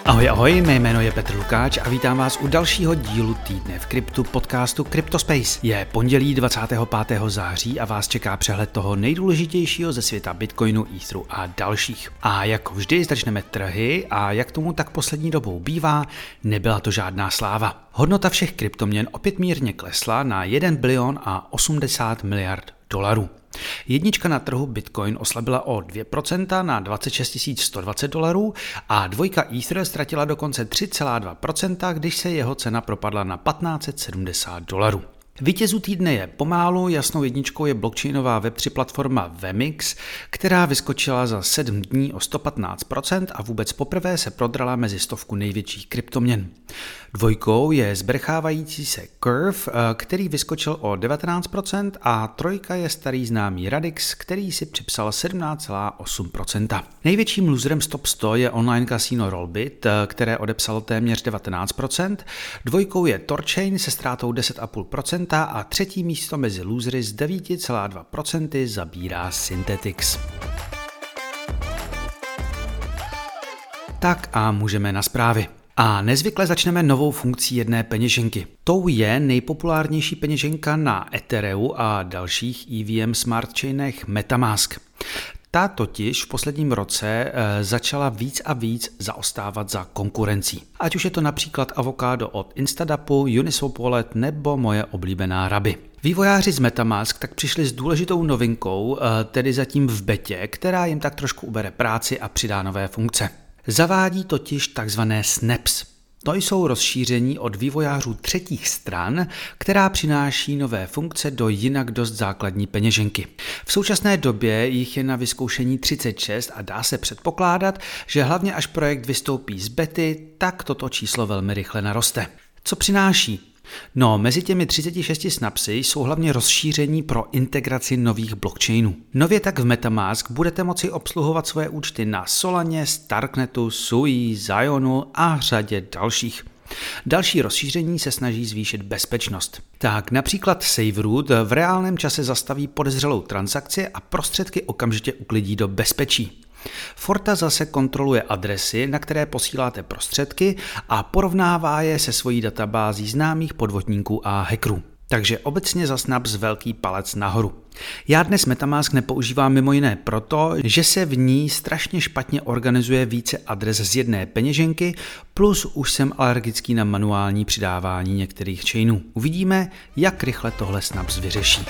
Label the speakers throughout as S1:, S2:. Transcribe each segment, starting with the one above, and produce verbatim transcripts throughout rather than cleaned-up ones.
S1: Ahoj, ahoj, mé jméno je Petr Lukáč a vítám vás u dalšího dílu Týdne v kryptu podcastu CryptoSpace. Je pondělí dvacátého pátého září a vás čeká přehled toho nejdůležitějšího ze světa Bitcoinu, Etheru a dalších. A jako vždy začneme trhy a jak tomu tak poslední dobou bývá, nebyla to žádná sláva. Hodnota všech kryptoměn opět mírně klesla na jeden bilion a osmdesát miliard dolarů. Jednička na trhu Bitcoin oslabila o dvě procenta na dvacet šest tisíc sto dvacet dolarů a dvojka Ether ztratila dokonce tři celá dva procenta, když se jeho cena propadla na patnáct set sedmdesát dolarů. Vítězů týdne je pomálu, jasnou jedničkou je blockchainová web tři platforma Wemix, která vyskočila za sedm dní o sto patnáct procent a vůbec poprvé se prodrala mezi stovku největších kryptoměn. Dvojkou je zbrchávající se Curve, který vyskočil o devatenáct procent a trojka je starý známý Radix, který si připsal sedmnáct celá osm procenta. Největším loserem z top sto je online kasino Rollbit, které odepsalo téměř devatenáct procent. Dvojkou je Torchain se ztrátou deset celá pět procenta a třetí místo mezi losery z devět celá dva procenta zabírá Synthetix. Tak a můžeme na zprávy. A nezvykle začneme novou funkcí jedné peněženky. Tou je nejpopulárnější peněženka na Ethereu a dalších E V M smart chainech MetaMask. Ta totiž v posledním roce e, začala víc a víc zaostávat za konkurencí. Ať už je to například Avocado od Instadapu, Uniswap Wallet nebo moje oblíbená Rabi. Vývojáři z MetaMask tak přišli s důležitou novinkou, e, tedy zatím v betě, která jim tak trošku ubere práci a přidá nové funkce. Zavádí totiž takzvané snaps. To jsou rozšíření od vývojářů třetích stran, která přináší nové funkce do jinak dost základní peněženky. V současné době jich je na vyzkoušení třicet šest a dá se předpokládat, že hlavně až projekt vystoupí z bety, tak toto číslo velmi rychle naroste. Co přináší? No, mezi těmi třiceti šesti snapsy jsou hlavně rozšíření pro integraci nových blockchainů. Nově tak v MetaMask budete moci obsluhovat svoje účty na Solaně, Starknetu, Sui, Zionu a řadě dalších. Další rozšíření se snaží zvýšit bezpečnost. Tak například SaveRoot v reálném čase zastaví podezřelou transakci a prostředky okamžitě uklidí do bezpečí. Forta zase kontroluje adresy, na které posíláte prostředky a porovnává je se svojí databází známých podvodníků a hackerů. Takže obecně za Snaps velký palec nahoru. Já dnes MetaMask nepoužívám mimo jiné proto, že se v ní strašně špatně organizuje více adres z jedné peněženky, plus už jsem alergický na manuální přidávání některých chainů. Uvidíme, jak rychle tohle Snaps vyřeší.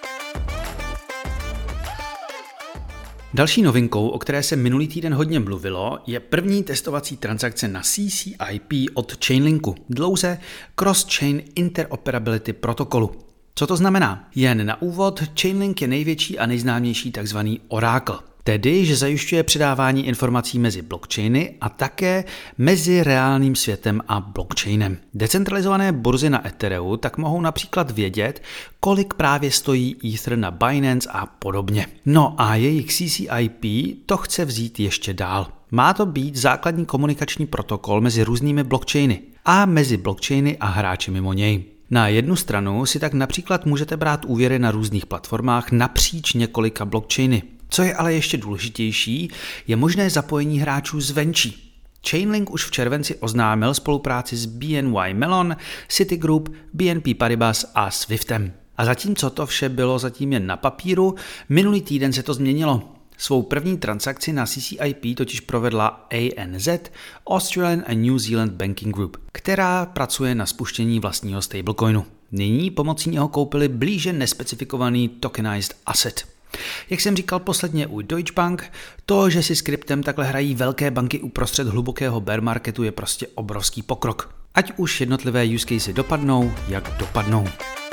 S1: Další novinkou, o které se minulý týden hodně mluvilo, je první testovací transakce na C C I P od Chainlinku, dlouze Cross-Chain Interoperability protokolu. Co to znamená? Jen na úvod, Chainlink je největší a nejznámější tzv. Oracle. Tedy, že zajišťuje předávání informací mezi blockchainy a také mezi reálným světem a blockchainem. Decentralizované burzy na Ethereu tak mohou například vědět, kolik právě stojí Ether na Binance a podobně. No a jejich C C I P to chce vzít ještě dál. Má to být základní komunikační protokol mezi různými blockchainy a mezi blockchainy a hráči mimo něj. Na jednu stranu si tak například můžete brát úvěry na různých platformách napříč několika blockchainy. Co je ale ještě důležitější, je možné zapojení hráčů zvenčí. Chainlink už v červenci oznámil spolupráci s B N Y Mellon, Citigroup, B N P Paribas a Swiftem. A zatímco to vše bylo zatím jen na papíru, minulý týden se to změnilo. Svou první transakci na C C I P totiž provedla A N Z, Australian and New Zealand Banking Group, která pracuje na spuštění vlastního stablecoinu. Nyní pomocí něho koupili blíže nespecifikovaný tokenized asset. Jak jsem říkal posledně u Deutsche Bank, to, že si s kryptem takhle hrají velké banky uprostřed hlubokého bear marketu, je prostě obrovský pokrok. Ať už jednotlivé use casey dopadnou, jak dopadnou.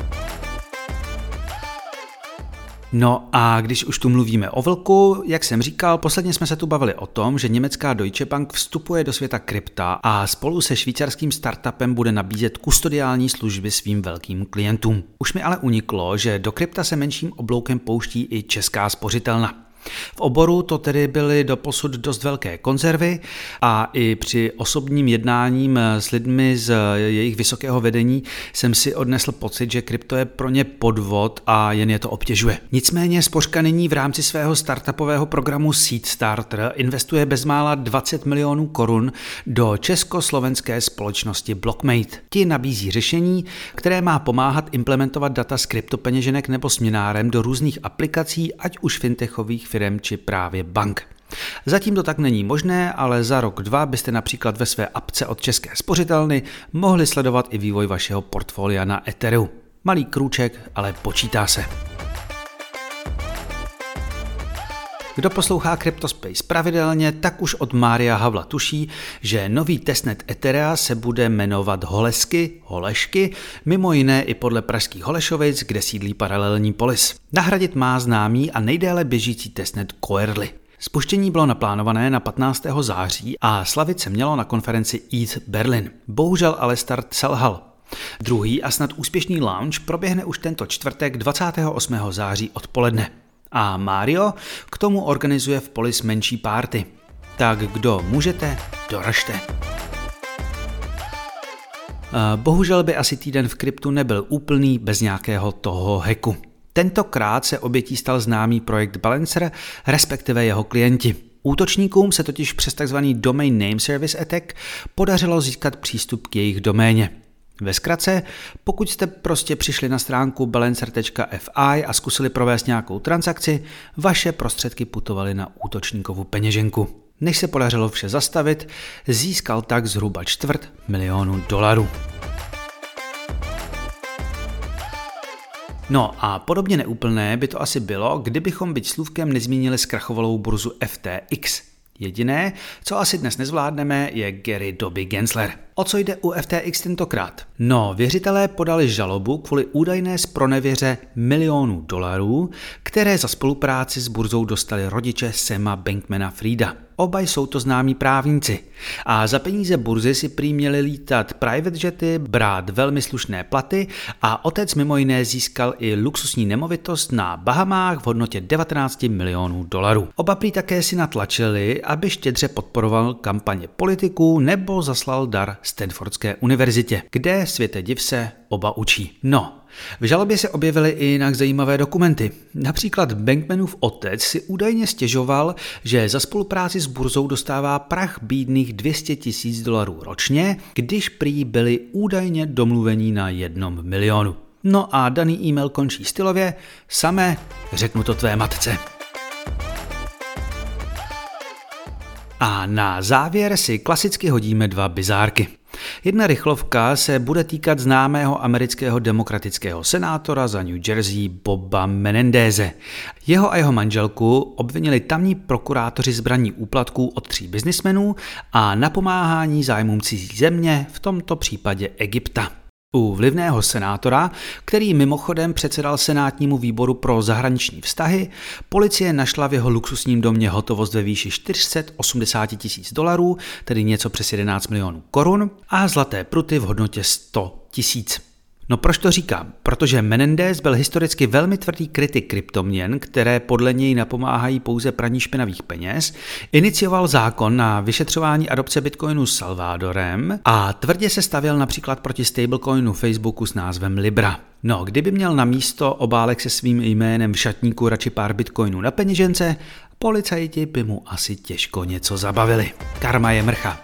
S1: No a když už tu mluvíme o vlku, jak jsem říkal, posledně jsme se tu bavili o tom, že německá Deutsche Bank vstupuje do světa krypta a spolu se švýcarským startupem bude nabízet kustodiální služby svým velkým klientům. Už mi ale uniklo, že do krypta se menším obloukem pouští i česká spořitelna. V oboru to tedy byly doposud dost velké konzervy a i při osobním jednáním s lidmi z jejich vysokého vedení jsem si odnesl pocit, že krypto je pro ně podvod a jen je to obtěžuje. Nicméně Spořka nyní v rámci svého startupového programu Seed Starter investuje bezmála dvacet milionů korun do československé společnosti Blockmate. Ti nabízí řešení, které má pomáhat implementovat data z kryptopeněženek nebo směnárem do různých aplikací, ať už fintechových firem či právě bank. Zatím to tak není možné, ale za rok, dva byste například ve své apce od České spořitelny mohli sledovat i vývoj vašeho portfolia na Ethereu. Malý krůček, ale počítá se. Kdo poslouchá CryptoSpace pravidelně, tak už od Mária Havla tuší, že nový testnet Etherea se bude jmenovat Holesky, Holešky, mimo jiné i podle pražských Holešovic, kde sídlí paralelní polis. Nahradit má známý a nejdéle běžící testnet Coerly. Spuštění bylo naplánované na patnáctého září a slavit se mělo na konferenci E T H Berlin. Bohužel ale start selhal. Druhý a snad úspěšný launch proběhne už tento čtvrtek dvacátého osmého září odpoledne. A Mário k tomu organizuje v Polis menší párty. Tak kdo můžete, doražte. Bohužel by asi týden v kryptu nebyl úplný bez nějakého toho hacku. Tentokrát se obětí stal známý projekt Balancer, respektive jeho klienti. Útočníkům se totiž přes tzv. Domain Name Service Attack podařilo získat přístup k jejich doméně. Ve zkratce, pokud jste prostě přišli na stránku balancer tečka f i a zkusili provést nějakou transakci, vaše prostředky putovaly na útočníkovu peněženku. Než se podařilo vše zastavit, získal tak zhruba čtvrt milionu dolarů. No a podobně neúplné by to asi bylo, kdybychom byť slůvkem nezmínili zkrachovalou burzu F T X. Jediné, co asi dnes nezvládneme, je Gary Doby Gensler. O co jde u F T X tentokrát? No, věřitelé podali žalobu kvůli údajné zpronevěře milionů dolarů, které za spolupráci s burzou dostali rodiče Sama Bankmana-Frieda. Oba jsou to známí právníci. A za peníze burzy si prý měli lítat private jety, brát velmi slušné platy a otec mimo jiné získal i luxusní nemovitost na Bahamách v hodnotě devatenáct milionů dolarů. Oba prý také si natlačili, aby štědře podporoval kampaně politiků nebo zaslal dar Stanfordské univerzitě, kde světe div se oba učí. No, v žalobě se objevily i jinak zajímavé dokumenty. Například Bankmanův otec si údajně stěžoval, že za spolupráci s burzou dostává prach bídných dvě stě tisíc dolarů ročně, když prý byli údajně domluvení na jednom milionu. No a daný e-mail končí stylově: samé, řeknu to tvé matce. A na závěr si klasicky hodíme dva bizárky. Jedna rychlovka se bude týkat známého amerického demokratického senátora za New Jersey Boba Menendeze. Jeho a jeho manželku obvinili tamní prokurátoři z braní úplatků od tří biznismenů a napomáhání zájmům cizí země, v tomto případě Egypta. U vlivného senátora, který mimochodem předsedal senátnímu výboru pro zahraniční vztahy, policie našla v jeho luxusním domě hotovost ve výši čtyři sta osmdesát tisíc dolarů, tedy něco přes jedenáct milionů korun, a zlaté pruty v hodnotě sto tisíc. No proč to říkám? Protože Menendez byl historicky velmi tvrdý kritik kryptoměn, které podle něj napomáhají pouze praní špinavých peněz, inicioval zákon na vyšetřování adopce bitcoinu s Salvadorem a tvrdě se stavěl například proti stablecoinu Facebooku s názvem Libra. No, kdyby měl na místo obálek se svým jménem v šatníku radši pár bitcoinů na peněžence, policajti by mu asi těžko něco zabavili. Karma je mrcha.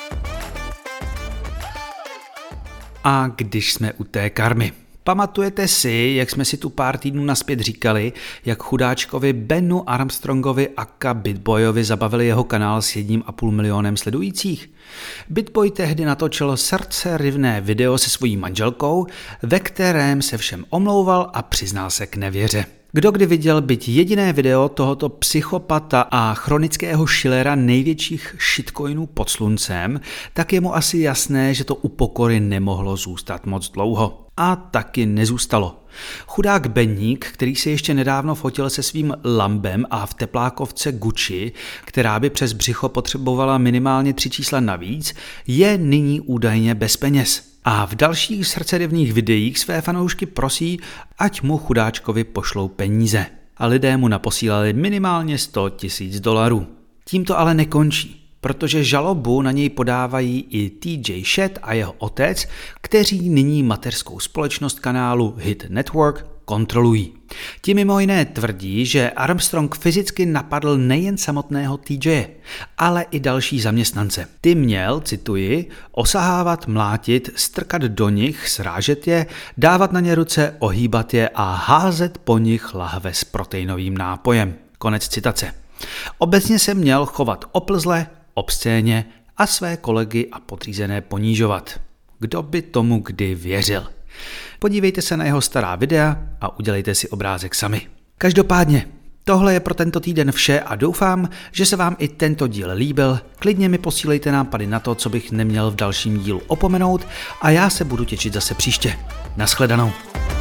S1: A když jsme u té karmy. Pamatujete si, jak jsme si tu pár týdnů nazpět říkali, jak chudáčkovi Benu Armstrongovi aka Bitboyovi zabavili jeho kanál s jedním a půl milionem sledujících? Bitboy tehdy natočil srdcerivné video se svojí manželkou, ve kterém se všem omlouval a přiznal se k nevěře. Kdo kdy viděl byť jediné video tohoto psychopata a chronického šilera největších shitcoinů pod sluncem, tak je mu asi jasné, že to u pokory nemohlo zůstat moc dlouho. A taky nezůstalo. Chudák Beník, který se ještě nedávno fotil se svým Lambem a v teplákovce Gucci, která by přes břicho potřebovala minimálně tři čísla navíc, je nyní údajně bez peněz. A v dalších srdcerivných videích své fanoušky prosí, ať mu chudáčkovi pošlou peníze. a lidé mu naposílali minimálně sto tisíc dolarů. Tím to ale nekončí, protože žalobu na něj podávají i T J Shedd a jeho otec, kteří nyní mateřskou společnost kanálu Hit Network kontrolují. Ti mimo jiné tvrdí, že Armstrong fyzicky napadl nejen samotného T J, ale i další zaměstnance. Ty měl, cituji, osahávat, mlátit, strkat do nich, srážet je, dávat na ně ruce, ohýbat je a házet po nich lahve s proteinovým nápojem. Konec citace. Obecně se měl chovat oplzle, obscéně a své kolegy a podřízené ponížovat. Kdo by tomu kdy věřil? Podívejte se na jeho stará videa a udělejte si obrázek sami. Každopádně, tohle je pro tento týden vše a doufám, že se vám i tento díl líbil. Klidně mi posílejte nápady na to, co bych neměl v dalším dílu opomenout a já se budu těšit zase příště. Naschledanou.